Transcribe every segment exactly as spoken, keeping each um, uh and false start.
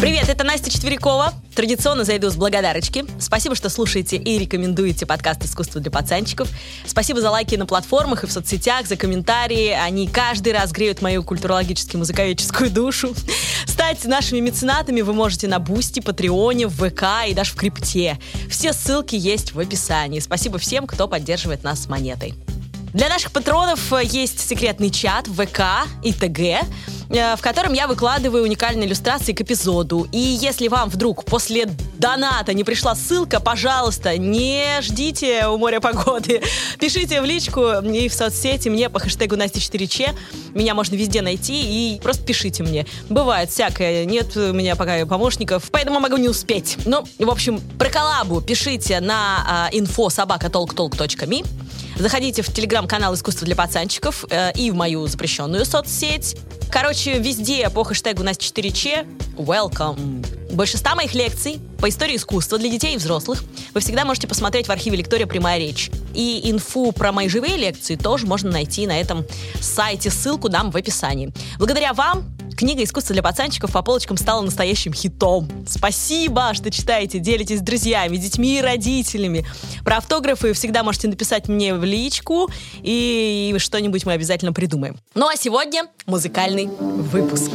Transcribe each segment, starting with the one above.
Привет, это Настя Четверякова. Традиционно зайду с благодарочки. Спасибо, что слушаете и рекомендуете подкаст «Искусство для пацанчиков». Спасибо за лайки на платформах и в соцсетях, за комментарии. Они каждый раз греют мою культурологически-музыковедческую душу. Стать нашими меценатами вы можете на Бусти, Патреоне, в ВК и даже в Крипте. Все ссылки есть в описании. Спасибо всем, кто поддерживает нас с монетой. Для наших патронов есть секретный чат в ВК и ТГ, в котором я выкладываю уникальные иллюстрации к эпизоду. И если вам вдруг после доната не пришла ссылка, пожалуйста, не ждите у моря погоды. Пишите в личку и в соцсети мне по хэштегу Настя четыре Ч. Меня можно везде найти и просто пишите мне. Бывает всякое, нет у меня пока помощников, поэтому могу не успеть. Ну, в общем, про коллабу пишите на инфо собака толк толк точка ми. Заходите в телеграм-канал «Искусство для пацанчиков» э, и в мою запрещенную соцсеть. Короче, везде по хэштегу Настя четыре Ч welcome. Больше ста моих лекций по истории искусства для детей и взрослых вы всегда можете посмотреть в архиве «Лектория. Прямая речь». И инфу про мои живые лекции тоже можно найти на этом сайте. Ссылку дам в описании. Благодаря вам книга «Искусство для пацанчиков» по полочкам стала настоящим хитом. Спасибо, что читаете, делитесь с друзьями, детьми и родителями. Про автографы всегда можете написать мне в личку, и что-нибудь мы обязательно придумаем. Ну а сегодня музыкальный выпуск.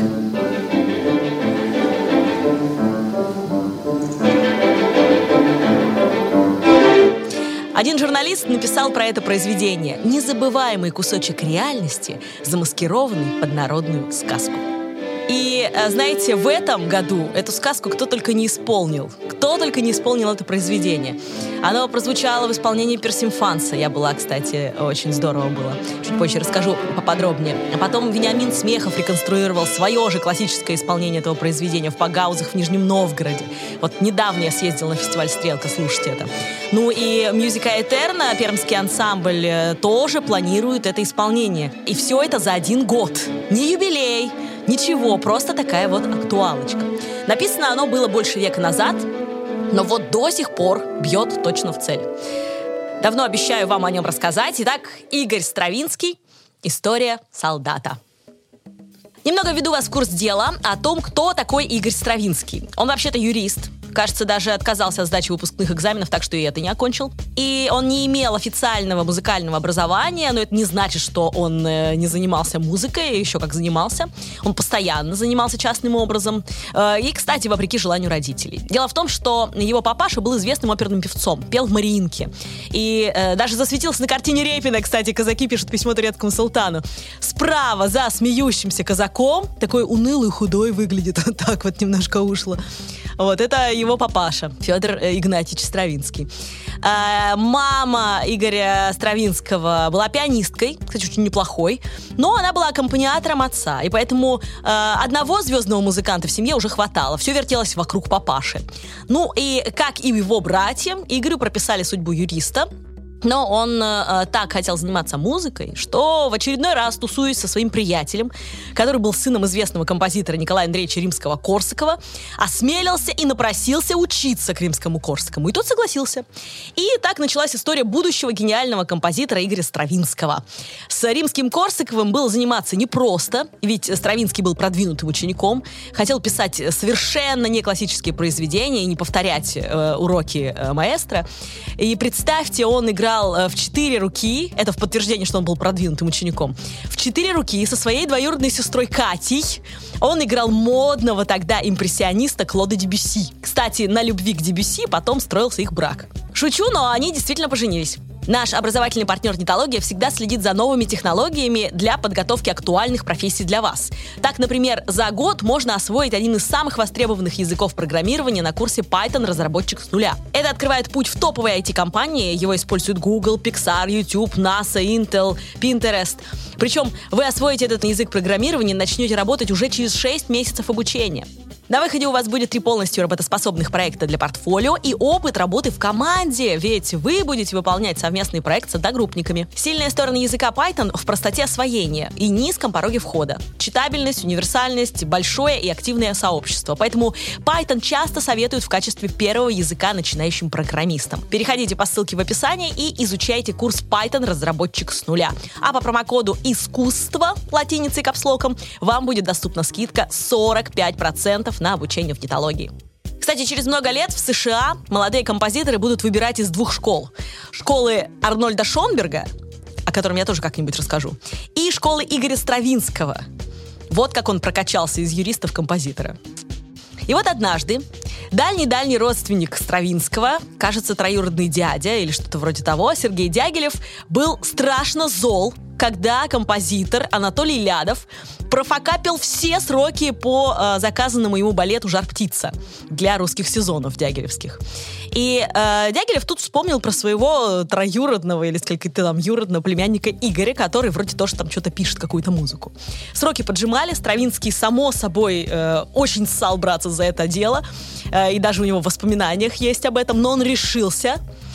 Один журналист написал про это произведение: незабываемый кусочек реальности, замаскированный под народную сказку. И, знаете, в этом году эту сказку кто только не исполнил. Кто только не исполнил это произведение. Оно прозвучало в исполнении Персимфанса. Я была, кстати, очень здорово было. Чуть позже расскажу поподробнее. А потом Вениамин Смехов реконструировал свое же классическое исполнение этого произведения в Пагаузах в Нижнем Новгороде. Вот недавно я съездила на фестиваль «Стрелка», слушайте это. Ну и «Мьюзика Этерна», пермский ансамбль, тоже планирует это исполнение. И все это за один год. Не юбилей, ничего, просто такая вот актуалочка. Написано оно было больше века назад, но вот до сих пор бьет точно в цель. Давно обещаю вам о нем рассказать. Итак, Игорь Стравинский. История солдата. Немного введу вас в курс дела о том, кто такой Игорь Стравинский. Он вообще-то юрист. Кажется, даже отказался от сдачи выпускных экзаменов, так что и это не окончил. И он не имел официального музыкального образования, но это не значит, что он э, не занимался музыкой, еще как занимался. Он постоянно занимался частным образом. Э, и, кстати, вопреки желанию родителей. Дело в том, что его папаша был известным оперным певцом, пел в Мариинке. И э, даже засветился на картине Репина, кстати, казаки пишут письмо турецкому султану. Справа за смеющимся казаком, такой унылый, худой выглядит, вот так вот немножко ушло. Вот, это его папаша, Федор Игнатьевич Стравинский. А, мама Игоря Стравинского была пианисткой, кстати, очень неплохой, но она была аккомпаниатором отца, и поэтому а, одного звездного музыканта в семье уже хватало, все вертелось вокруг папаши. Ну и, как и его братьям, Игорю прописали судьбу юриста. Но он э, так хотел заниматься музыкой, что в очередной раз, тусуясь со своим приятелем, который был сыном известного композитора Николая Андреевича Римского-Корсакова, осмелился и напросился учиться к Римскому-Корсакому. И тот согласился. И так началась история будущего гениального композитора Игоря Стравинского. С Римским-Корсаковым было заниматься непросто, ведь Стравинский был продвинутым учеником, хотел писать совершенно не классические произведения и не повторять э, уроки э, маэстро. И представьте, он играл в четыре руки, это в подтверждение, что он был продвинутым учеником, в четыре руки со своей двоюродной сестрой Катей он играл модного тогда импрессиониста Клода Дебюсси. Кстати, на любви к Дебюсси потом строился их брак. Шучу, но они действительно поженились. Наш образовательный партнер «Нетология» всегда следит за новыми технологиями для подготовки актуальных профессий для вас. Так, например, за год можно освоить один из самых востребованных языков программирования на курсе Python «Разработчик с нуля». Это открывает путь в топовые ай ти-компании. Его используют Google, Pixar, YouTube, NASA, Intel, Pinterest. Причем вы освоите этот язык программирования и начнете работать уже через шесть месяцев обучения. На выходе у вас будет три полностью работоспособных проекта для портфолио и опыт работы в команде, ведь вы будете выполнять совместный проект с одногруппниками. Сильные стороны языка Python в простоте освоения и низком пороге входа. Читабельность, универсальность, большое и активное сообщество. Поэтому Python часто советуют в качестве первого языка начинающим программистам. Переходите по ссылке в описании и изучайте курс Python «Разработчик с нуля». А по промокоду «Искусство» латиницей капслоком вам будет доступна скидка сорок пять процентов студентов на обучение в нетологии. Кстати, через много лет в США молодые композиторы будут выбирать из двух школ. Школы Арнольда Шонберга, о котором я тоже как-нибудь расскажу, и школы Игоря Стравинского. Вот как он прокачался из юриста в композитора. И вот однажды дальний-дальний родственник Стравинского, кажется, троюродный дядя или что-то вроде того, Сергей Дягилев, был страшно зол, когда композитор Анатолий Лядов профокапил все сроки по э, заказанному ему балету «Жар-птица» для русских сезонов дягилевских. И э, Дягилев тут вспомнил про своего троюродного или сколько-то там юродного племянника Игоря, который вроде тоже там что-то пишет, какую-то музыку. Сроки поджимали, Стравинский, само собой, э, очень ссал браться за это дело, э, и даже у него в воспоминаниях есть об этом, но он решился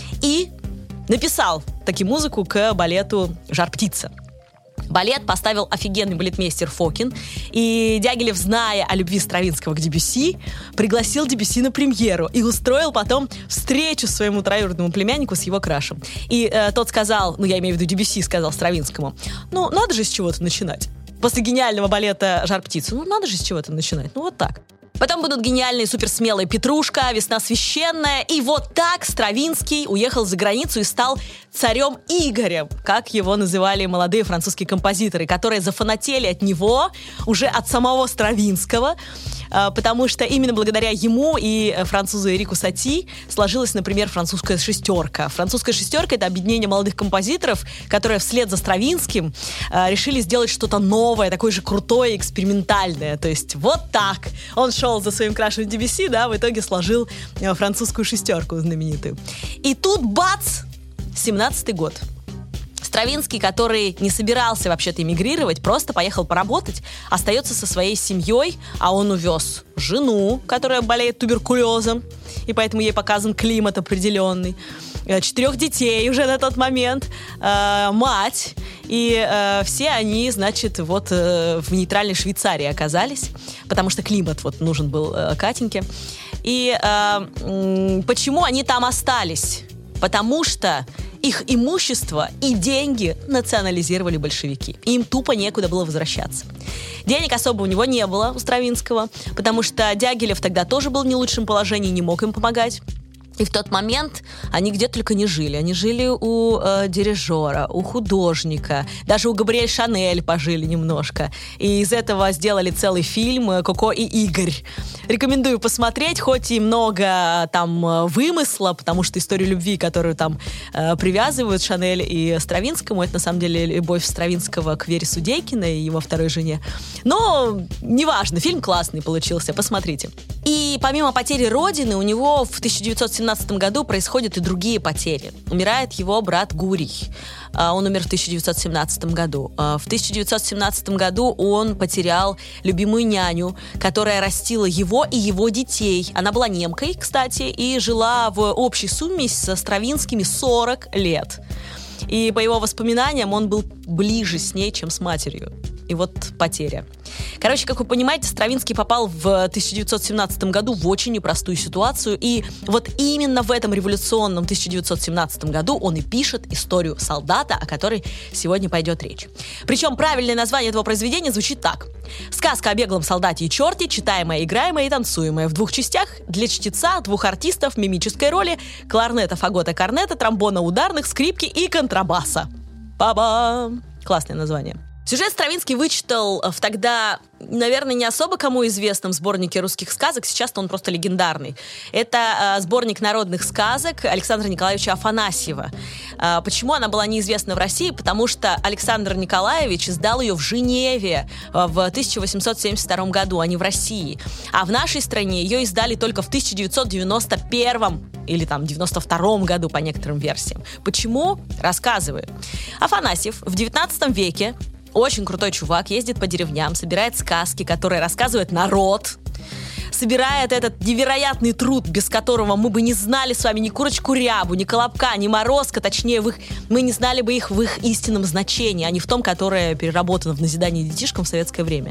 и написал таки музыку к балету «Жар-птица». Балет поставил офигенный балетмейстер Фокин, и Дягилев, зная о любви Стравинского к Дебюсси, пригласил Дебюсси на премьеру и устроил потом встречу своему троюродному племяннику с его крашем. И э, тот сказал, ну я имею в виду Дебюсси, сказал Стравинскому, ну надо же с чего-то начинать. После гениального балета «Жар-птица», ну надо же с чего-то начинать, ну вот так. Потом будут гениальные суперсмелые «Петрушка», «Весна священная». И вот так Стравинский уехал за границу и стал царем Игорем, как его называли молодые французские композиторы, которые зафанатели от него, уже от самого Стравинского, потому что именно благодаря ему и французу Эрику Сати сложилась, например, французская шестерка. Французская шестерка — это объединение молодых композиторов, которые вслед за Стравинским решили сделать что-то новое, такое же крутое, экспериментальное. То есть вот так он шел за своим крашем Дебюсси, да, в итоге сложил французскую шестерку знаменитую. И тут бац! семнадцатый год. Стравинский, который не собирался вообще-то эмигрировать, просто поехал поработать, остается со своей семьей, а он увез жену, которая болеет туберкулезом, и поэтому ей показан климат определенный, четырех детей уже на тот момент, э, мать, и э, все они, значит, вот э, в нейтральной Швейцарии оказались, потому что климат вот нужен был э, Катеньке. И э, э, почему они там остались? Потому что их имущество и деньги национализировали большевики. Им тупо некуда было возвращаться. Денег особо у него не было, у Стравинского, потому что Дягилев тогда тоже был в не лучшем положении, не мог им помогать. И в тот момент они где только не жили. Они жили у э, дирижера, у художника, даже у Габриэль Шанель пожили немножко. И из этого сделали целый фильм «Коко и Игорь». Рекомендую посмотреть, хоть и много там вымысла, потому что историю любви, которую там э, привязывают Шанель и Стравинскому, это на самом деле любовь Стравинского к Вере Судейкиной и его второй жене. Но неважно, фильм классный получился, посмотрите. И помимо потери родины, у него в тысяча девятьсот семнадцатом году происходят и другие потери. Умирает его брат Гурий. Он умер в тысяча девятьсот семнадцатом году. В тысяча девятьсот семнадцатом году он потерял любимую няню, которая растила его и его детей. Она была немкой, кстати, и жила в общей сумме со Стравинскими сорок лет. И по его воспоминаниям он был ближе с ней, чем с матерью. И вот потеря. Короче, как вы понимаете, Стравинский попал в тысяча девятьсот семнадцатом году в очень непростую ситуацию, и вот именно в этом революционном тысяча девятьсот семнадцатом году он и пишет историю солдата, о которой сегодня пойдет речь. Причем правильное название этого произведения звучит так: «Сказка о беглом солдате и черте, читаемая, играемая и танцуемая в двух частях для чтеца, двух артистов, мимической роли, кларнета, фагота, корнета, тромбона, ударных, скрипки и контрабаса». Ба-бам! Классное название. Сюжет Стравинский вычитал в тогда, наверное, не особо кому известном сборнике русских сказок, сейчас-то он просто легендарный. Это э, сборник народных сказок Александра Николаевича Афанасьева. Э, почему она была неизвестна в России? Потому что Александр Николаевич издал ее в Женеве э, в тысяча восемьсот семьдесят втором году, а не в России. А в нашей стране ее издали только в тысяча девятьсот девяносто первом или там девяносто втором году по некоторым версиям. Почему? Рассказываю. Афанасьев в девятнадцатом веке очень крутой чувак, ездит по деревням, собирает сказки, которые рассказывает народ, собирает этот невероятный труд, без которого мы бы не знали с вами ни курочку рябу, ни колобка, ни морозка, точнее, в их, мы не знали бы их в их истинном значении, а не в том, которое переработано в назидании детишкам в советское время.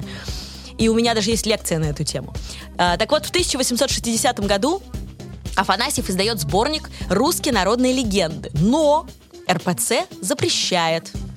И у меня даже есть лекция на эту тему. А, так вот, в тысяча восемьсот шестидесятом году Афанасьев издает сборник «Русские народные легенды», но эр пэ цэ запрещает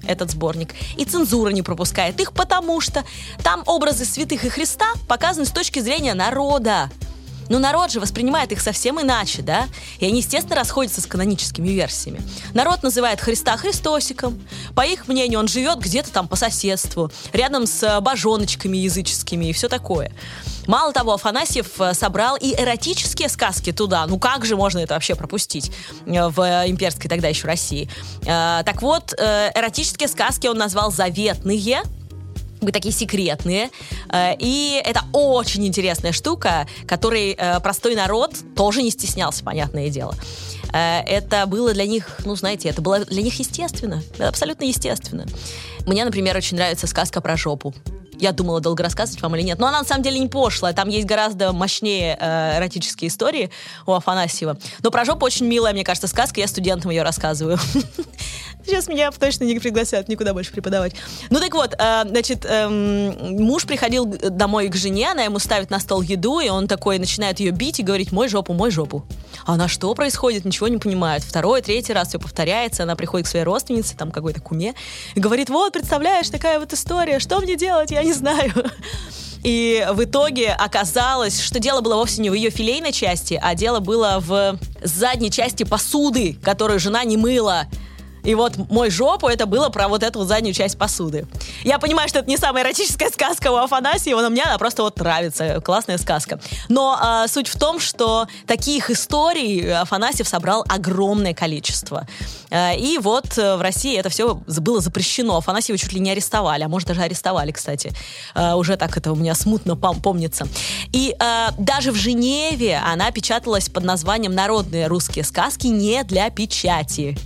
этот сборник, и цензура не пропускает их, потому что там образы святых и Христа показаны с точки зрения народа. Но народ же воспринимает их совсем иначе, да? И они, естественно, расходятся с каноническими версиями. Народ называет Христа Христосиком. По их мнению, он живет где-то там по соседству, рядом с божоночками языческими и все такое. Мало того, Афанасьев собрал и эротические сказки туда. Ну как же можно это вообще пропустить в имперской тогда еще России? Так вот, эротические сказки он назвал заветные, такие секретные. И это очень интересная штука, которой простой народ тоже не стеснялся, понятное дело. Это было для них, ну, знаете, это было для них естественно. Абсолютно естественно. Мне, например, очень нравится сказка про жопу. Я думала, долго рассказывать вам или нет. Но она, на самом деле, не пошлая. Там есть гораздо мощнее э, эротические истории у Афанасьева. Но про жопу очень милая, мне кажется, сказка. Я студентам ее рассказываю. Сейчас меня точно не пригласят никуда больше преподавать. Ну так вот, э, значит, э, муж приходил домой к жене, она ему ставит на стол еду, и он такой начинает ее бить и говорить: «Мой жопу, мой жопу». А она: что происходит? Ничего не понимает. Второй, третий раз все повторяется. Она приходит к своей родственнице, там какой-то куме, и говорит: вот, представляешь, такая вот история, что мне делать? Я не знаю. И в итоге оказалось, что дело было вовсе не в ее филейной части, а дело было в задней части посуды, которую жена не мыла. И вот «Мой жопу» — это было про вот эту вот заднюю часть посуды. Я понимаю, что это не самая эротическая сказка у Афанасьева, но мне она просто вот нравится. Классная сказка. Но а, суть в том, что таких историй Афанасьев собрал огромное количество. А, и вот в России это все было запрещено. Афанасьева чуть ли не арестовали, а может даже арестовали, кстати. А, уже так это у меня смутно пом- помнится. И а, даже в Женеве она печаталась под названием «Народные русские сказки не для печати».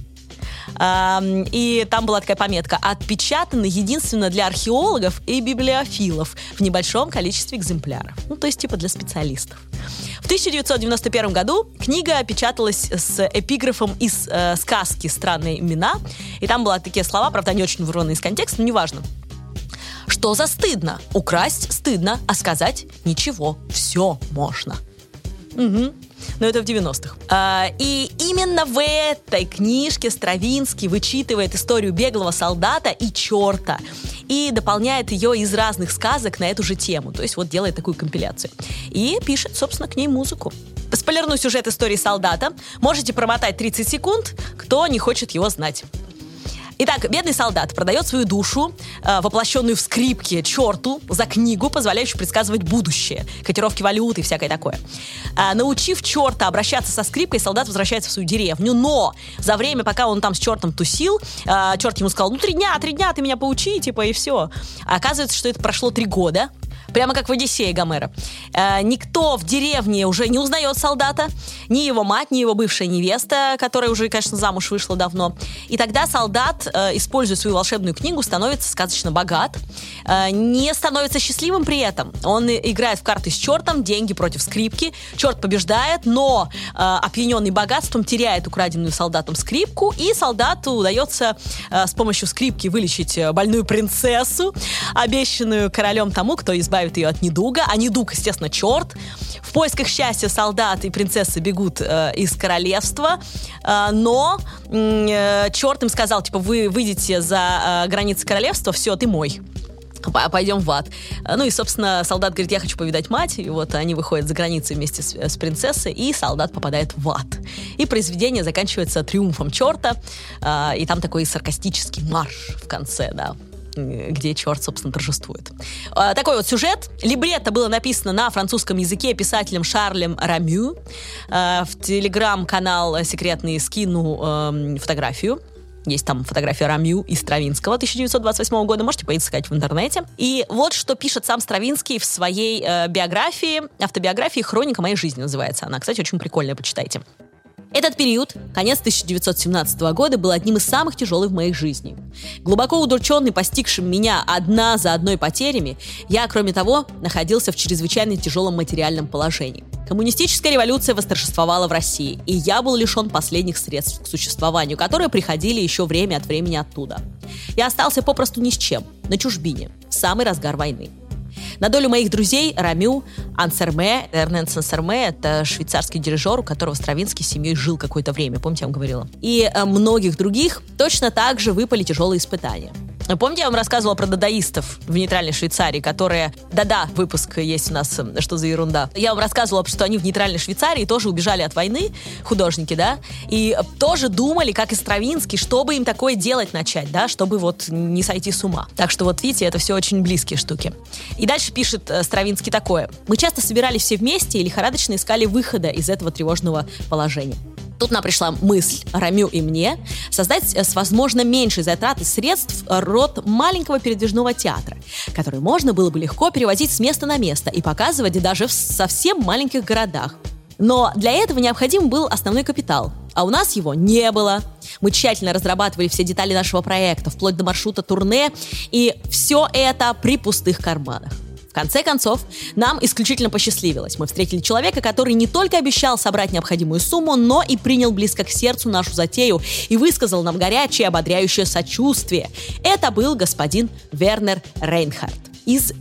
И там была такая пометка: отпечатаны единственно для археологов и библиофилов в небольшом количестве экземпляров. Ну, то есть типа для специалистов. В тысяча девятьсот девяносто первом году книга печаталась с эпиграфом из э, сказки «Странные имена». И там были такие слова, правда, они очень вырваны из контекста, но неважно. Что за стыдно? Украсть стыдно, а сказать ничего. Все можно. Угу. Но это в девяностых. А, и именно в этой книжке Стравинский вычитывает историю беглого солдата и черта и дополняет ее из разных сказок на эту же тему. То есть вот делает такую компиляцию. И пишет, собственно, к ней музыку. Спойлерну сюжет истории солдата. Можете промотать тридцать секунд, кто не хочет его знать. Итак, бедный солдат продает свою душу, э, воплощенную в скрипке, черту за книгу, позволяющую предсказывать будущее, котировки валюты и всякое такое. Э, научив черта обращаться со скрипкой, солдат возвращается в свою деревню. Но за время, пока он там с чертом тусил, э, черт ему сказал: ну, три дня, три дня, ты меня поучи, типа, и все. А оказывается, что это прошло три года. Прямо как в «Одиссее» Гомера. Э, никто в деревне уже не узнает солдата. Ни его мать, ни его бывшая невеста, которая уже, конечно, замуж вышла давно. И тогда солдат, э, используя свою волшебную книгу, становится сказочно богат. Э, не становится счастливым при этом. Он играет в карты с чертом, деньги против скрипки. Черт побеждает, но э, опьяненный богатством теряет украденную солдатом скрипку. И солдату удается э, с помощью скрипки вылечить больную принцессу, обещанную королем тому, кто избавит ее от недуга, а недуг, естественно, черт. В поисках счастья солдат и принцессы бегут э, из королевства, э, но э, черт им сказал, типа, вы выйдете за э, границы королевства, все, ты мой. Пойдем в ад. Ну и, собственно, солдат говорит: я хочу повидать мать. И вот они выходят за границы вместе с, с принцессой, и солдат попадает в ад. И произведение заканчивается триумфом черта. Э, и там такой саркастический марш в конце, да, где черт, собственно, торжествует. А, такой вот сюжет. Либретто было написано на французском языке писателем Шарлем Рамю. А, в телеграм-канал секретный скину а, фотографию. Есть там фотография Рамю и Стравинского тысяча девятьсот двадцать восьмого года. Можете поискать в интернете. И вот что пишет сам Стравинский в своей э, биографии, автобиографии «Хроника моей жизни» называется она. Кстати, очень прикольная, почитайте. Этот период, конец тысяча девятьсот семнадцатого года, был одним из самых тяжелых в моей жизни. Глубоко удрученный постигшим меня одна за одной потерями, я, кроме того, находился в чрезвычайно тяжелом материальном положении. Коммунистическая революция восторжествовала в России, и я был лишен последних средств к существованию, которые приходили еще время от времени оттуда. Я остался попросту ни с чем, на чужбине, в самый разгар войны. На долю моих друзей Рамю, Ансерме, Эрнест Ансерме, это швейцарский дирижер, у которого Стравинский с семьей жил какое-то время, помните, я вам говорила. И э, многих других точно так же выпали тяжелые испытания. Помните, я вам рассказывала про дадаистов в нейтральной Швейцарии, которые... Да-да, выпуск есть у нас, что за ерунда. Я вам рассказывала, что они в нейтральной Швейцарии тоже убежали от войны, художники, да, и тоже думали, как и Стравинский, чтобы им такое делать начать, да, чтобы вот не сойти с ума. Так что вот видите, это все очень близкие штуки. И дальше пишет Стравинский такое. «Мы часто собирались все вместе и лихорадочно искали выхода из этого тревожного положения. Тут нам пришла мысль, Рамю и мне, создать с, возможно, меньшей затратой средств род маленького передвижного театра, который можно было бы легко перевозить с места на место и показывать даже в совсем маленьких городах. Но для этого необходим был основной капитал, а у нас его не было. Мы тщательно разрабатывали все детали нашего проекта, вплоть до маршрута турне, и все это при пустых карманах. В конце концов, нам исключительно посчастливилось. Мы встретили человека, который не только обещал собрать необходимую сумму, но и принял близко к сердцу нашу затею и высказал нам горячее, ободряющее сочувствие. Это был господин Вернер Рейнхард из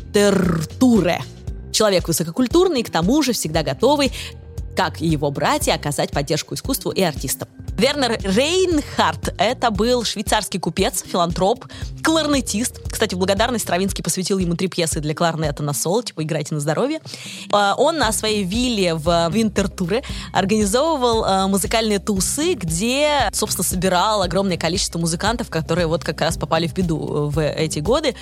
Винтертуре. Человек высококультурный и к тому же всегда готовый, как и его братья, оказать поддержку искусству и артистам. Вернер Рейнхард – это был швейцарский купец, филантроп, кларнетист. Кстати, в благодарность Стравинский посвятил ему три пьесы для кларнета на соло, типа «Играйте на здоровье». Он на своей вилле в Винтертуре организовывал музыкальные тусы, где, собственно, собирал огромное количество музыкантов, которые вот как раз попали в беду в эти годы.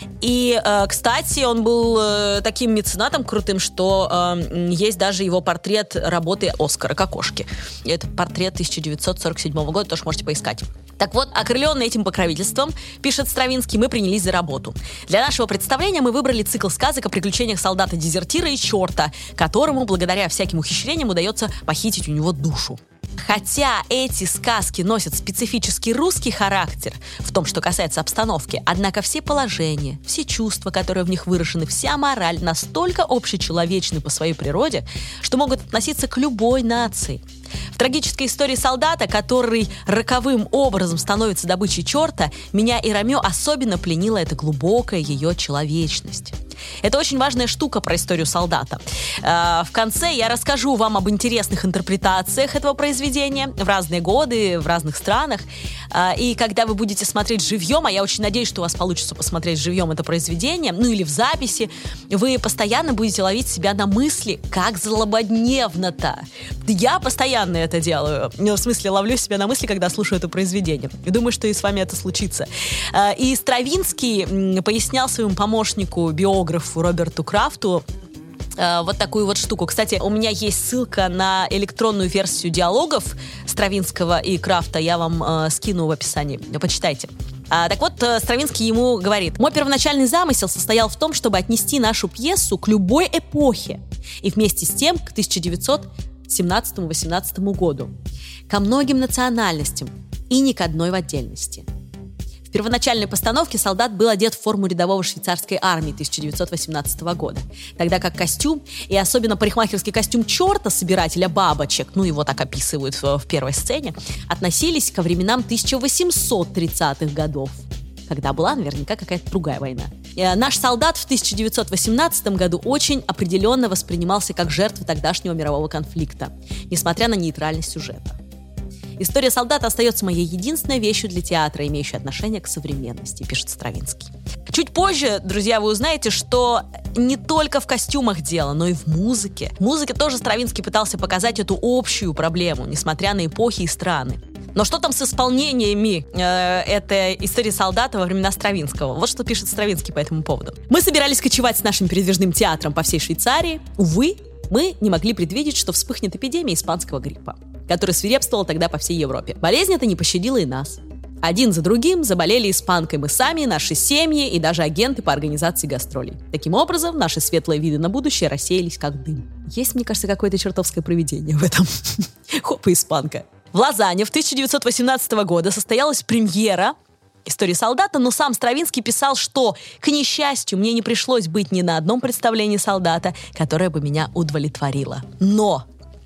И, кстати, он был таким меценатом крутым, что есть даже его портрет работы Оскара Кокошки. Это портрет тысяча девятьсот сорок седьмого года, тоже можете поискать. Так вот, окрыленный этим покровительством, пишет Стравинский, мы принялись за работу. Для нашего представления мы выбрали цикл сказок о приключениях солдата-дезертира и черта, которому, благодаря всяким ухищрениям, удается похитить у него душу. Хотя эти сказки носят специфический русский характер в том, что касается обстановки, однако все положения, все чувства, которые в них выражены, вся мораль настолько общечеловечны по своей природе, что могут относиться к любой нации. В трагической истории солдата, который роковым образом становится добычей черта, меня и Рамю особенно пленила эта глубокая ее человечность. Это очень важная штука про историю солдата. В конце я расскажу вам об интересных интерпретациях этого произведения в разные годы, в разных странах. И когда вы будете смотреть живьем, а я очень надеюсь, что у вас получится посмотреть живьем это произведение, ну или в записи, вы постоянно будете ловить себя на мысли, как злободневно-то. Я постоянно это делаю. Ну, в смысле, ловлю себя на мысли, когда слушаю это произведение. И думаю, что и с вами это случится. И Стравинский пояснял своему помощнику, биографу Роберту Крафту, вот такую вот штуку. Кстати, у меня есть ссылка на электронную версию диалогов Стравинского и Крафта. Я вам э, скину в описании. Почитайте. А, так вот, Стравинский ему говорит: «Мой первоначальный замысел состоял в том, чтобы отнести нашу пьесу к любой эпохе и вместе с тем к тысяча девятьсот семнадцатому-восемнадцатому году, ко многим национальностям и ни к одной в отдельности». В первоначальной постановке солдат был одет в форму рядового швейцарской армии тысяча девятьсот восемнадцатого года, тогда как костюм, и особенно парикмахерский костюм черта, собирателя бабочек, ну его так описывают в, в первой сцене, относились ко временам тысяча восемьсот тридцатых годов, когда была наверняка какая-то другая война. И наш солдат в тысяча девятьсот восемнадцатом году очень определенно воспринимался как жертва тогдашнего мирового конфликта, несмотря на нейтральность сюжета. История солдата остается моей единственной вещью для театра, имеющей отношение к современности, пишет Стравинский. Чуть позже, друзья, вы узнаете, что не только в костюмах дело, но и в музыке. В музыке тоже Стравинский пытался показать эту общую проблему, несмотря на эпохи и страны. Но что там с исполнениями э, этой истории солдата во времена Стравинского? Вот что пишет Стравинский по этому поводу. «Мы собирались кочевать с нашим передвижным театром по всей Швейцарии. Увы, мы не могли предвидеть, что вспыхнет эпидемия испанского гриппа, который свирепствовал тогда по всей Европе. Болезнь эта не пощадила и нас. Один за другим заболели испанкой мы сами, наши семьи и даже агенты по организации гастролей. Таким образом, наши светлые виды на будущее рассеялись как дым». Есть, мне кажется, какое-то чертовское провидение в этом. Хоп, и испанка. В Лозанне в тысяча девятьсот восемнадцатого года состоялась премьера истории солдата, но сам Стравинский писал, что, к несчастью, мне не пришлось быть ни на одном представлении солдата, которое бы меня удовлетворило. Но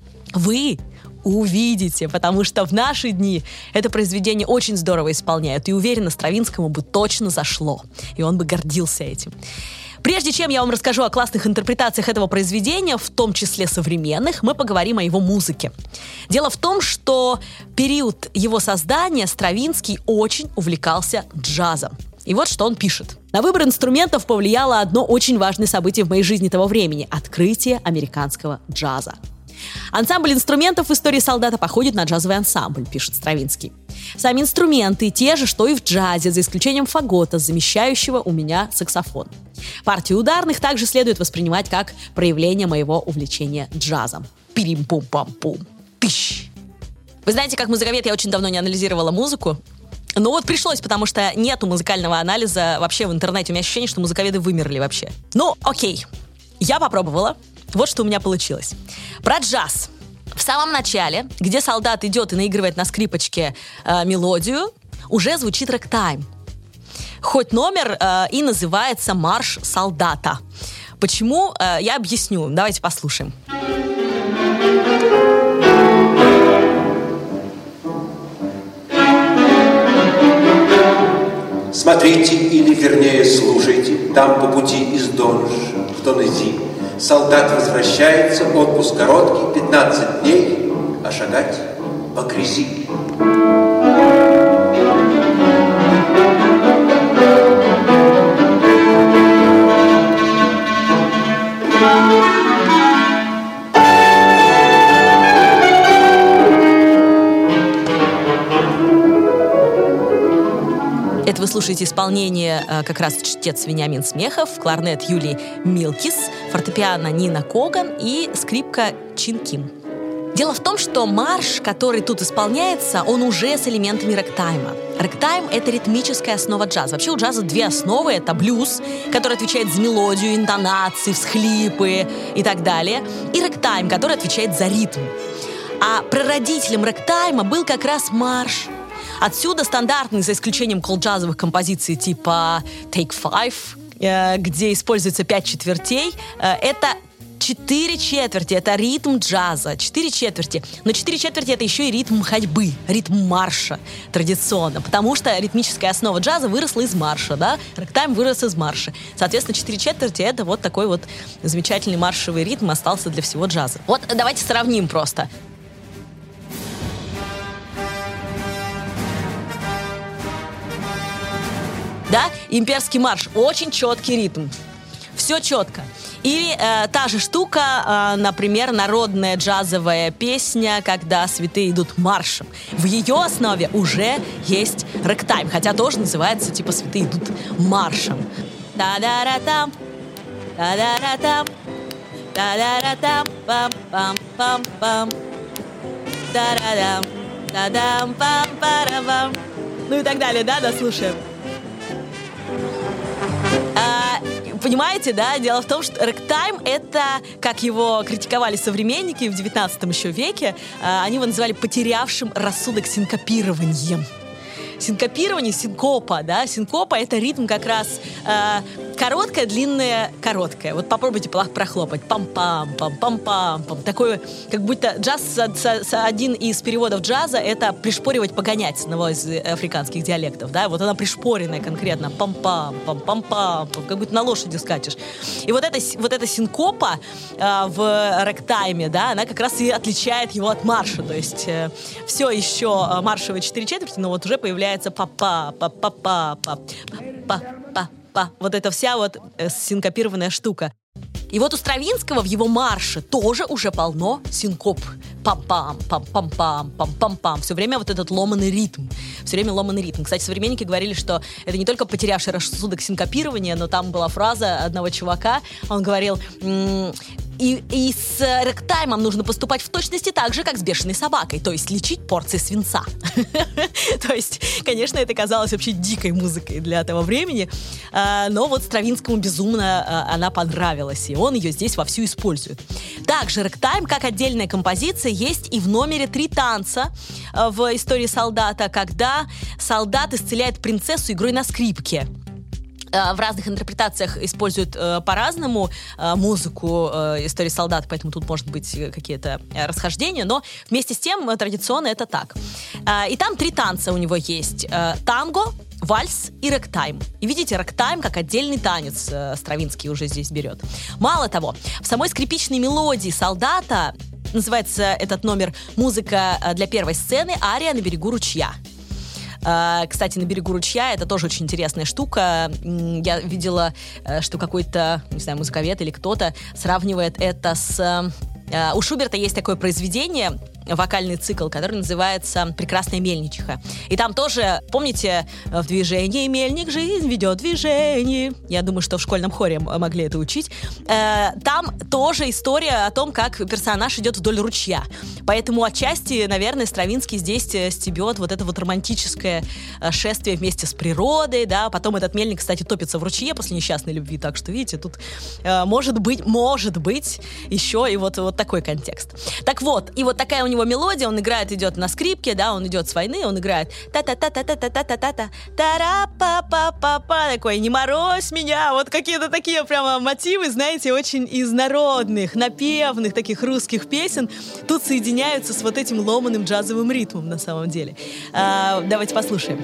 вы увидите, потому что в наши дни это произведение очень здорово исполняют, и уверена, Стравинскому бы точно зашло, и он бы гордился этим. Прежде чем я вам расскажу о классных интерпретациях этого произведения, в том числе современных, мы поговорим о его музыке. Дело в том, что период его создания Стравинский очень увлекался джазом. И вот что он пишет. На выбор инструментов повлияло одно очень важное событие в моей жизни того времени – открытие американского джаза. Ансамбль инструментов в истории солдата походит на джазовый ансамбль, пишет Стравинский. Сами инструменты те же, что и в джазе, за исключением фагота, замещающего у меня саксофон. Партии ударных также следует воспринимать как проявление моего увлечения джазом. Пирим-пум-пам-пум. Тыщ. Вы знаете, как музыковед, я очень давно не анализировала музыку. Но вот пришлось, потому что нету музыкального анализа вообще в интернете. У меня ощущение, что музыковеды вымерли вообще. Ну, окей. Я попробовала. Вот что у меня получилось. Про джаз. В самом начале, где солдат идет и наигрывает на скрипочке э, мелодию, уже звучит рэктайм. Хоть номер э, и называется «Марш солдата». Почему? Э, я объясню. Давайте послушаем. Смотрите, или вернее слушайте, там по пути из Донж в Тоннези солдат возвращается, отпуск короткий, пятнадцать дней, а шагать по грязи. Это вы слушаете исполнение э, как раз чтец Вениамин Смехов, кларнет Юлий Милкис, фортепиано Нина Коган и скрипка Чин Ким. Дело в том, что марш, который тут исполняется, он уже с элементами рэктайма. Рэктайм — это ритмическая основа джаза. Вообще у джаза две основы. Это блюз, который отвечает за мелодию, интонации, всхлипы и так далее. И рэктайм, который отвечает за ритм. А прародителем рэктайма был как раз марш. Отсюда стандартный, за исключением колл-джазовых композиций типа Take Five, где используется пять четвертей, это четыре четверти, это ритм джаза, четыре четверти. Но четыре четверти — это еще и ритм ходьбы, ритм марша традиционно, потому что ритмическая основа джаза выросла из марша, да, рэктайм вырос из марша. Соответственно, четыре четверти — это вот такой вот замечательный маршевый ритм остался для всего джаза. Вот давайте сравним просто. Да, имперский марш, очень четкий ритм, все четко. Или э, та же штука, э, например, народная джазовая песня, когда святые идут маршем. В ее основе уже есть рэктайм, хотя тоже называется типа святые идут маршем. Та-да-ра-там, та-да-ра-там, та-да-ра-там, пам-пам-пам-пам, та-да-дам, та-дам, пам-парам-пам. Ну и так далее, да, дослушаем. А, понимаете, да? Дело в том, что рэктайм — это, как его критиковали современники в девятнадцатом еще веке, а, они его называли потерявшим рассудок синкопированием. Синкопирование, синкопа, да? Синкопа — это ритм как раз э, короткое, длинное, короткое. Вот попробуйте прохлопать. Пам-пам, пам-пам-пам, пам. Такой, как будто джаз, с, с, с, один из переводов джаза — это пришпоривать, погонять, одного из африканских диалектов, да? Вот она пришпоренная конкретно. Пам-пам, пам-пам-пам, как будто на лошади скачешь. И вот эта, вот эта синкопа э, в рэктайме, да, она как раз и отличает его от марша. То есть э, все еще маршевые четыре четверти, но вот уже появляется па-па, па-па-па, па-па-па. Вот эта вся вот э, синкопированная штука. И вот у Стравинского в его марше тоже уже полно синкоп. Пам-пам, пам-пам-пам, пам-пам-пам. Все время вот этот ломаный ритм. Все время ломаный ритм. Кстати, современники говорили, что это не только потерявший рассудок синкопирования, но там была фраза одного чувака. Он говорил... М- И, и с рэктаймом нужно поступать в точности так же, как с бешеной собакой, то есть лечить порции свинца. То есть, конечно, это казалось вообще дикой музыкой для того времени, но вот Стравинскому безумно она понравилась, и он ее здесь вовсю использует. Также рэктайм, как отдельная композиция, есть и в номере «Три танца» в истории солдата, когда солдат исцеляет принцессу игрой на скрипке. В разных интерпретациях используют э, по-разному э, музыку э, истории солдат, поэтому тут может быть какие-то э, расхождения, но вместе с тем э, традиционно это так. Э, и там три танца у него есть. Э, танго, вальс и рэктайм. И видите, рэктайм как отдельный танец э, Стравинский уже здесь берет. Мало того, в самой скрипичной мелодии «Солдата» называется этот номер «Музыка для первой сцены. Ария на берегу ручья». Кстати, на берегу ручья это тоже очень интересная штука. Я видела, что какой-то, не знаю, музыковед или кто-то сравнивает это с... У Шуберта есть такое произведение, вокальный цикл, который называется «Прекрасная мельничиха». И там тоже, помните, в движении мельник жизнь ведет движение. Я думаю, что в школьном хоре могли это учить. Там тоже история о том, как персонаж идет вдоль ручья. Поэтому отчасти, наверное, Стравинский здесь стебет вот это вот романтическое шествие вместе с природой, да. Потом этот мельник, кстати, топится в ручье после несчастной любви. Так что, видите, тут может быть, может быть еще и вот, вот такой контекст. Так вот, и вот такая у него мелодия, он играет, идет на скрипке, да, он идет с войны, он играет та-та-та-та-та-та-та-та-та, тара-па-па-па-па, такой, не морозь меня, вот какие-то такие прямо мотивы, знаете, очень из народных, напевных таких русских песен, тут соединяются с вот этим ломаным джазовым ритмом на самом деле. А, давайте послушаем.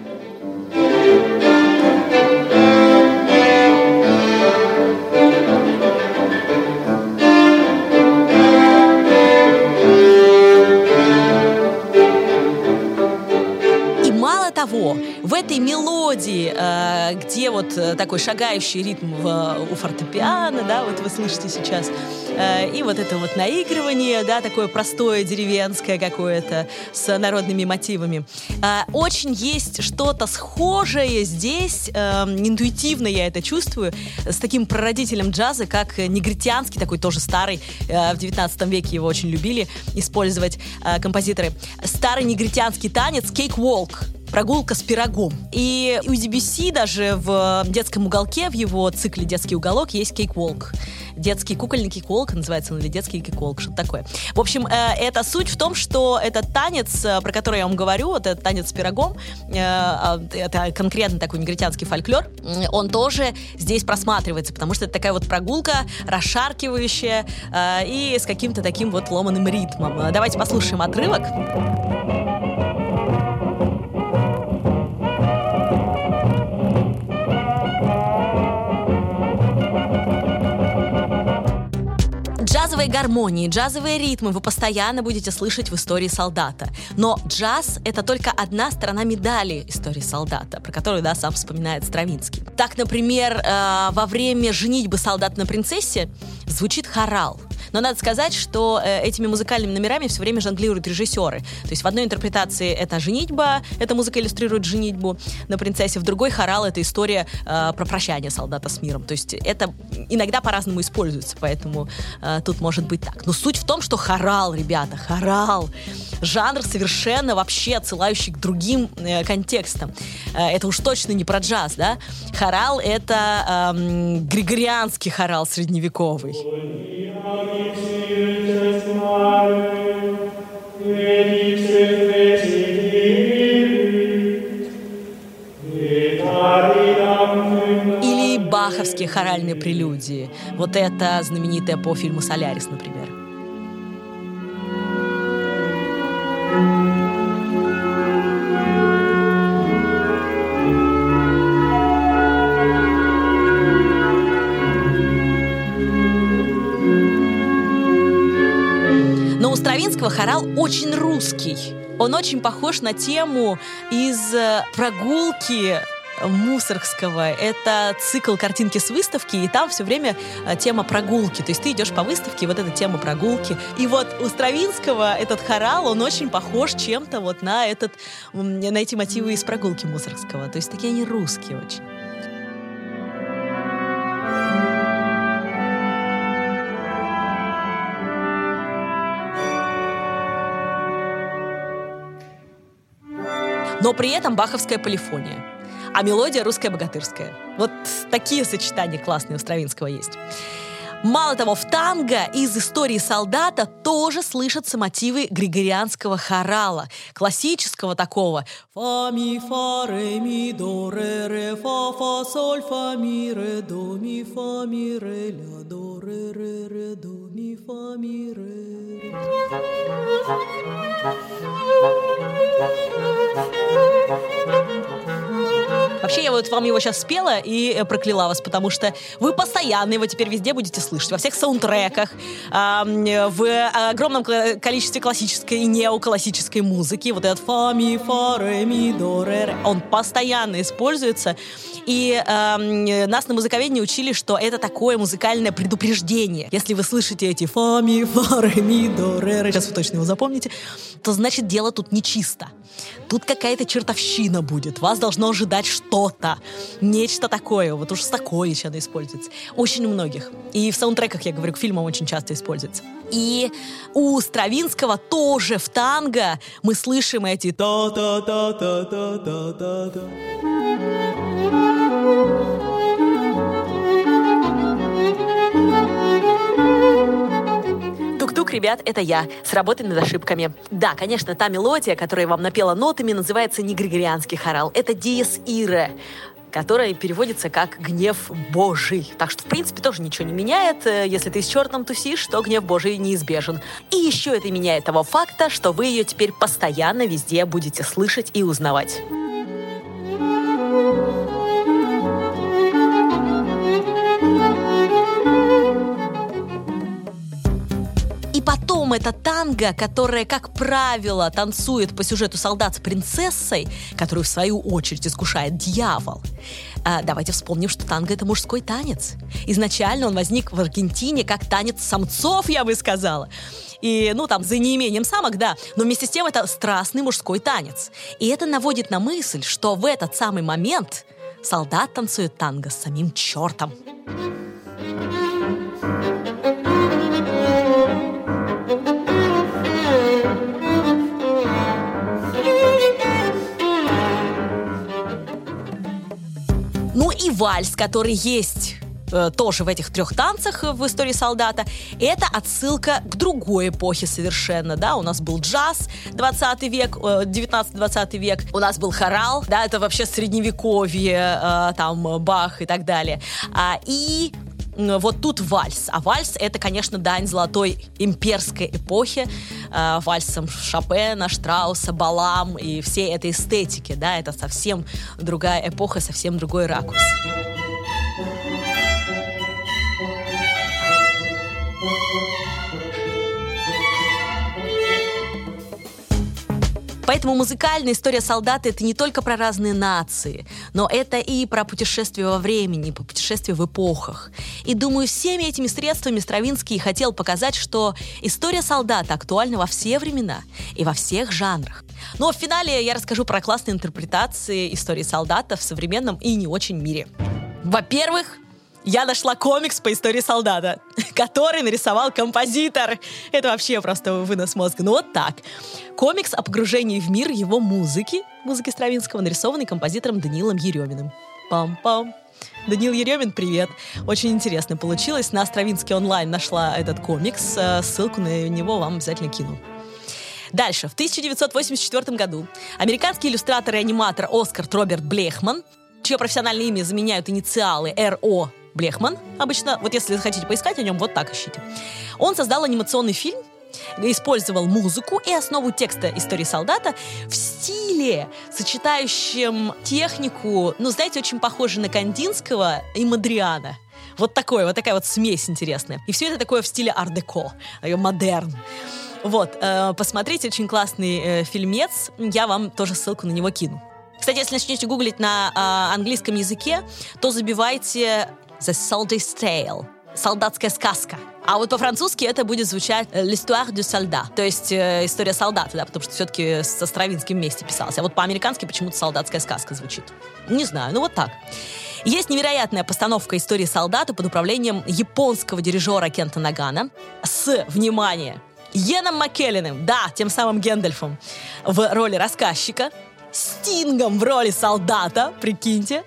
Того, в этой мелодии, э, где вот э, такой шагающий ритм в, у фортепиано, да, вот вы слышите сейчас, э, и вот это вот наигрывание, да, такое простое, деревенское какое-то, с народными мотивами. Э, очень есть что-то схожее здесь, э, интуитивно я это чувствую, с таким прародителем джаза, как негритянский, такой тоже старый, э, в девятнадцатом веке его очень любили использовать э, композиторы. Старый негритянский танец «Кейк-волк». Прогулка с пирогом. И у Дебюсси даже в детском уголке, в его цикле «Детский уголок» есть кейк-волк. Детский кукольный кейк-волк, называется он, или детский кейк-волк, что-то такое. В общем, это суть в том, что этот танец, про который я вам говорю, вот этот танец с пирогом, это конкретно такой негритянский фольклор, он тоже здесь просматривается, потому что это такая вот прогулка, расшаркивающая и с каким-то таким вот ломаным ритмом. Давайте послушаем отрывок. Джазовые гармонии, джазовые ритмы вы постоянно будете слышать в истории «Солдата». Но джаз — это только одна сторона медали истории «Солдата», про которую, да, сам вспоминает Стравинский. Так, например, э, во время «Женитьбы солдата на принцессе» звучит хорал. Но надо сказать, что э, этими музыкальными номерами все время жонглируют режиссеры. То есть в одной интерпретации это женитьба, эта музыка иллюстрирует женитьбу на принцессе, в другой хорал — это история э, про прощание солдата с миром. То есть это иногда по-разному используется, поэтому э, тут может быть так. Но суть в том, что хорал, ребята, хорал. Жанр совершенно вообще отсылающий к другим э, контекстам. Э, это уж точно не про джаз, да? Хорал — это э, григорианский хорал средневековый. Или баховские хоральные прелюдии. Вот это знаменитое по фильму «Солярис», например. Но у Стравинского хорал очень русский. Он очень похож на тему из прогулки Мусоргского. Это цикл «Картинки с выставки», и там все время тема прогулки. То есть ты идешь по выставке, и вот эта тема прогулки. И вот у Стравинского этот хорал, он очень похож чем-то вот на, этот, на эти мотивы из прогулки Мусоргского. То есть такие они русские очень. Но при этом баховская полифония, а мелодия русская богатырская. Вот такие сочетания классные у Стравинского есть. Мало того, в танго из истории «Солдата» тоже слышатся мотивы григорианского хорала, классического такого. Фа, ми, фа, ре, ми, до, ре, ре, фа, фа, соль, фа, ми, ре, до, ми, фа, ми, ре, ля, до, ре, ре, ре, до, ми, фа, ми, ре. вообще, я вот вам его сейчас спела и прокляла вас, потому что вы постоянно его теперь везде будете слышать, во всех саундтреках, в огромном количестве классической и неоклассической музыки. Вот этот фа, ми, фа, ре, ми, до, ре, ре. Он постоянно используется. И э, нас на музыковедении учили, что это такое музыкальное предупреждение. Если вы слышите эти фа, ми, фа, ре, ми, до, ре, ре, сейчас вы точно его запомните, то значит дело тут нечисто. Тут какая-то чертовщина будет. Вас должно ожидать что-то. Нечто такое. Вот уж Стакович она используется. Очень у многих. И в саундтреках, я говорю, к фильмам очень часто используется. И у Стравинского тоже в танго мы слышим эти та-та-та-та-та-та-та-та. Тук-тук, ребят, это я, с работой над ошибками. Да, конечно, та мелодия, которая вам напела нотами, называется не григорианский хорал, это диез ире, которая переводится как «гнев Божий». Так что, в принципе, тоже ничего не меняет. Если ты с чертом тусишь, то гнев Божий неизбежен. И еще это меняет того факта, что вы ее теперь постоянно везде будете слышать и узнавать. И потом это танго, которое, как правило, танцует по сюжету солдат с принцессой, которую, в свою очередь, искушает дьявол. А, давайте вспомним, что танго — это мужской танец. Изначально он возник в Аргентине как танец самцов, я бы сказала. И, ну, там, за неимением самок, да. Но вместе с тем это страстный мужской танец. И это наводит на мысль, что в этот самый момент солдат танцует танго с самим чертом. Ну и вальс, который есть э, тоже в этих трех танцах в истории солдата, это отсылка к другой эпохе совершенно, да, у нас был джаз, двадцатый век, э, девятнадцатый-двадцатый век, у нас был хорал, да, это вообще средневековье, э, там, Бах и так далее, а, и вот тут вальс. А вальс — это, конечно, дань золотой имперской эпохи, э, вальсом Шопена, Штрауса, Балам и всей этой эстетики, да, это совсем другая эпоха, совсем другой ракурс. Поэтому музыкальная история солдата — это не только про разные нации, но это и про путешествие во времени, про путешествие в эпохах. И, думаю, всеми этими средствами Стравинский хотел показать, что история солдата актуальна во все времена и во всех жанрах. Но в финале я расскажу про классные интерпретации истории солдата в современном и не очень мире. Во-первых, я нашла комикс по истории солдата, который нарисовал композитор. Это вообще просто вынос мозга. Ну вот так. Комикс о погружении в мир его музыки, музыки Стравинского, нарисованный композитором Даниилом Ереминым. Пам-пам. Даниил Еремин, привет. Очень интересно получилось. На Стравинский онлайн нашла этот комикс. Ссылку на него вам обязательно кину. Дальше. В тысяча девятьсот восемьдесят четвёртом году американский иллюстратор и аниматор Оскар Роберт Блехман, чье профессиональное имя заменяют инициалы эр о Блехман, обычно, вот если хотите поискать о нем, вот так ищите. Он создал анимационный фильм, использовал музыку и основу текста истории солдата в стиле, сочетающем технику, ну, знаете, очень похоже на Кандинского и Модриана. Вот такое, вот такая вот смесь интересная. И все это такое в стиле ар-деко, модерн. Вот, э, посмотрите, очень классный э, фильмец, я вам тоже ссылку на него кину. Кстати, если начнете гуглить на э, английском языке, то забивайте «The Soldier's Tale» — «Солдатская сказка». А вот по-французски это будет звучать «L'histoire du soldat», то есть э, «История солдата», да, потому что все-таки со Стравинским вместе писалось. А вот по-американски почему-то «Солдатская сказка» звучит. Не знаю, ну вот так. Есть невероятная постановка истории солдата под управлением японского дирижера Кента Нагана с, внимание, Йеном Маккелленом, да, тем самым Гэндальфом, в роли рассказчика, Стингом в роли солдата, прикиньте,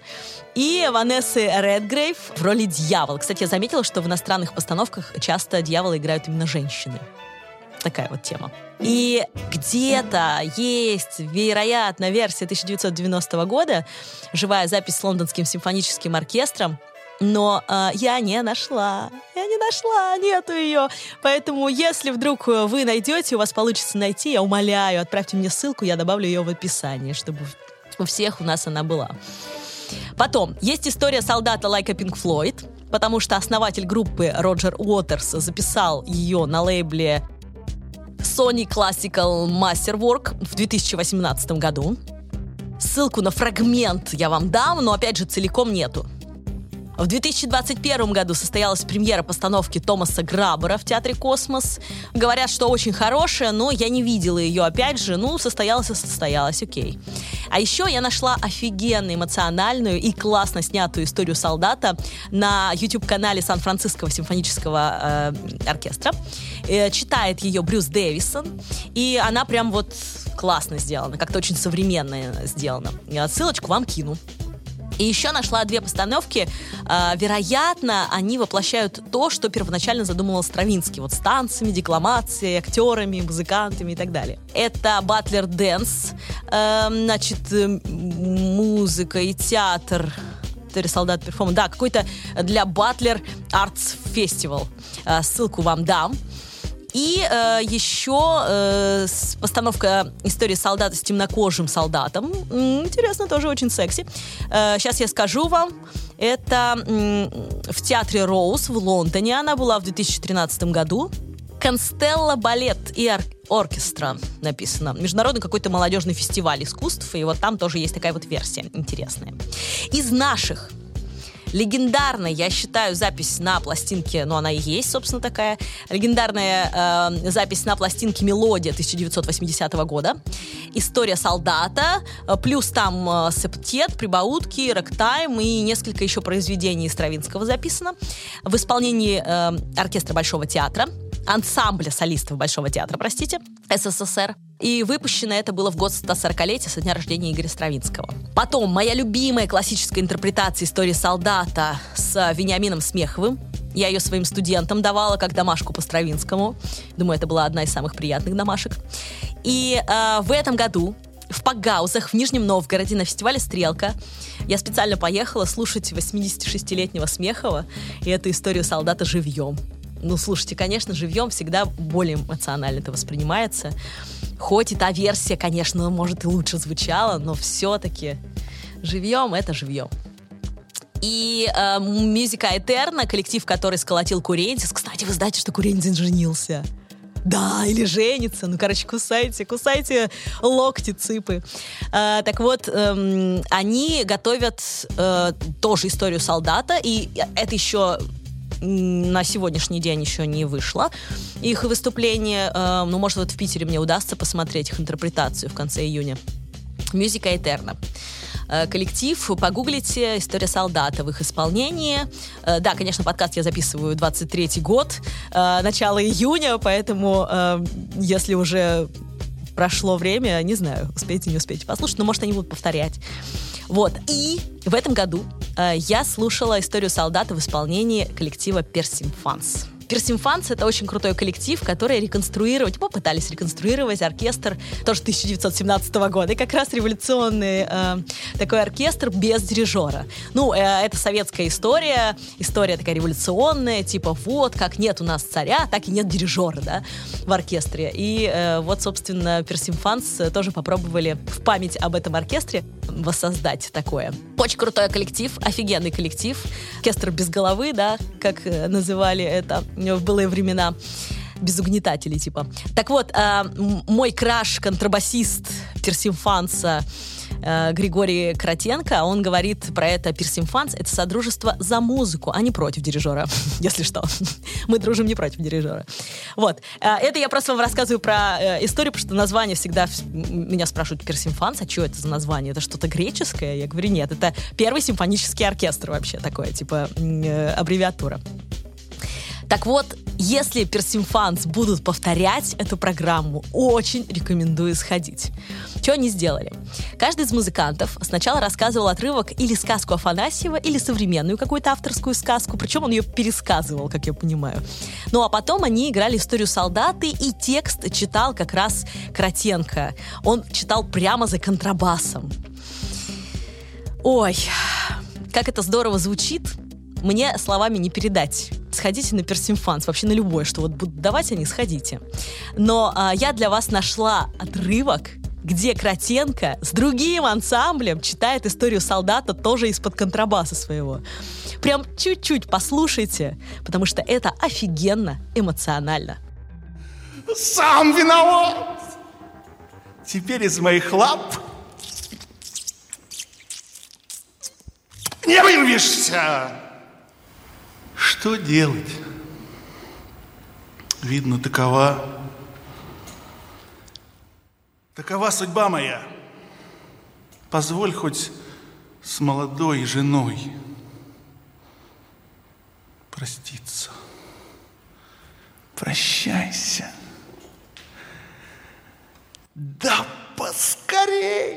и Ванессой Редгрейв в роли дьявола. Кстати, я заметила, что в иностранных постановках часто дьявола играют именно женщины. Такая вот тема. И где-то есть, вероятно, версия тысяча девятьсот девяностого года, живая запись с Лондонским симфоническим оркестром, но э, я не нашла. Я не нашла, нету ее. Поэтому, если вдруг вы найдете, у вас получится найти, я умоляю, отправьте мне ссылку, я добавлю ее в описание, чтобы у всех у нас она была. Потом, есть история солдата Like a Pink Floyd, потому что основатель группы Роджер Уотерс записал ее на лейбле Sony Classical Masterwork в две тысячи восемнадцатом году. Ссылку на фрагмент я вам дам, но, опять же, целиком нету. В две тысячи двадцать первом году состоялась премьера постановки Томаса Грабера в Театре «Космос». Говорят, что очень хорошая, но я не видела ее, опять же. Ну, состоялась и состоялась, окей. А еще я нашла офигенно эмоциональную и классно снятую историю солдата на YouTube-канале Сан-Франциского симфонического э, оркестра. Э, читает ее Брюс Дэвисон, и она прям вот классно сделана, как-то очень современно сделана. Я ссылочку вам кину. И еще нашла две постановки. Э, вероятно, они воплощают то, что первоначально задумывал Стравинский. Вот с танцами, декламацией, актерами, музыкантами и так далее. Это «Батлер Дэнс», э, значит, музыка и театр. «Солдат перформанс». Да, какой-то для Батлер Артс Фестивал. Э, ссылку вам дам. И э, еще э, постановка истории солдата с темнокожим солдатом. М-м, интересно, тоже очень секси. Э, сейчас я скажу вам. Это м- в театре Роуз в Лондоне. Она была в две тысячи тринадцатом году. Констелла балет и ор- оркестра написано. Международный какой-то молодежный фестиваль искусств. И вот там тоже есть такая вот версия интересная. Из наших легендарная, я считаю, запись на пластинке, ну, она и есть, собственно, такая, легендарная э, запись на пластинке «Мелодия» тысяча девятьсот восьмидесятого года. История солдата, плюс там э, септет, прибаутки, рэктайм и несколько еще произведений Стравинского записано в исполнении э, оркестра Большого театра, ансамбля солистов Большого театра, простите, СССР. И выпущено это было в год сто сорокалетия со дня рождения Игоря Стравинского. Потом, моя любимая классическая интерпретация истории солдата с Вениамином Смеховым. Я ее своим студентам давала как домашку по Стравинскому. Думаю, это была одна из самых приятных домашек. И э, в этом году в Пакгаузах в Нижнем Новгороде на фестивале «Стрелка» я специально поехала слушать восьмидесятишестилетнего Смехова и эту историю солдата живьем. Ну, слушайте, конечно, живьем всегда более эмоционально это воспринимается. Хоть и та версия, конечно, может и лучше звучала, но все-таки живьем — это живьем. И э, «Музыка Этерна», коллектив, который сколотил Курентис. Кстати, вы знаете, что Курентис женился? Да, или женится. Ну, короче, кусайте, кусайте локти, цыпы. Э, так вот, э, они готовят э, тоже историю солдата, и это еще на сегодняшний день еще не вышло. Их выступление, э, ну, может, вот в Питере мне удастся посмотреть их интерпретацию в конце июня. «Музыка Этерна». Э, коллектив, погуглите, «История солдата» в их исполнении. Э, да, конечно, подкаст я записываю двадцать третий год, э, начало июня, поэтому э, если уже прошло время, не знаю, успеете, не успеете послушать, но, может, они будут повторять. Вот. И в этом году э, я слушала историю солдата в исполнении коллектива Персимфанс. Персимфанс — это очень крутой коллектив, который реконструировать, попытались реконструировать оркестр тоже тысяча девятьсот семнадцатого года. И как раз революционный э, такой оркестр без дирижера. Ну, э, это советская история, история такая революционная, типа вот, как нет у нас царя, так и нет дирижера, да, в оркестре. И э, вот, собственно, Персимфанс тоже попробовали в память об этом оркестре воссоздать такое. Очень крутой коллектив, офигенный коллектив. Оркестр без головы, да, как э, называли это в былые времена, без угнетателей, типа. Так вот, э, мой краш, контрабасист Персимфанса э, Григорий Кротенко, он говорит про это: Персимфанс — это содружество за музыку, а не против дирижера, если что. Мы дружим не против дирижера. Вот. Э, это я просто вам рассказываю про э, историю, потому что название всегда... Меня спрашивают: Персимфанс, а что это за название? Это что-то греческое? Я говорю: нет, это первый симфонический оркестр вообще такое, типа э, аббревиатура. Так вот, если Персимфанс будут повторять эту программу, очень рекомендую сходить. Что они сделали? Каждый из музыкантов сначала рассказывал отрывок или сказку Афанасьева, или современную какую-то авторскую сказку, причем он ее пересказывал, как я понимаю. Ну а потом они играли историю солдата, и текст читал как раз Кротенко. Он читал прямо за контрабасом. Ой, как это здорово звучит, мне словами не передать. Сходите на Персимфанс, вообще на любой, что вот будут давать они, сходите. Но а, я для вас нашла отрывок где Кротенко с другим ансамблем читает историю солдата тоже из-под контрабаса своего. Прям чуть-чуть послушайте, потому что это офигенно эмоционально. Сам виноват! Теперь из моих лап не вырвешься! Что делать? Видно, такова... Такова судьба моя. Позволь хоть с молодой женой проститься. Прощайся. Да поскорей!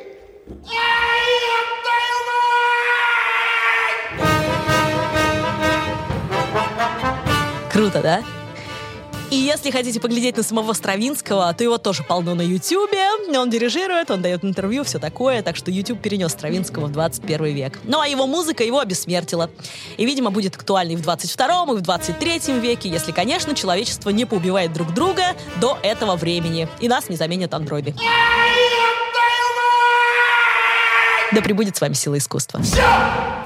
Круто, да? И если хотите поглядеть на самого Стравинского, то его тоже полно на Ютьюбе. Он дирижирует, он дает интервью, все такое. Так что Ютьюб перенес Стравинского в двадцать первый век. Ну а его музыка его обессмертила. И, видимо, будет актуальной в двадцать втором и в двадцать третьем веке, если, конечно, человечество не поубивает друг друга до этого времени. И нас не заменят андроиды. Да пребудет с вами сила искусства. Все!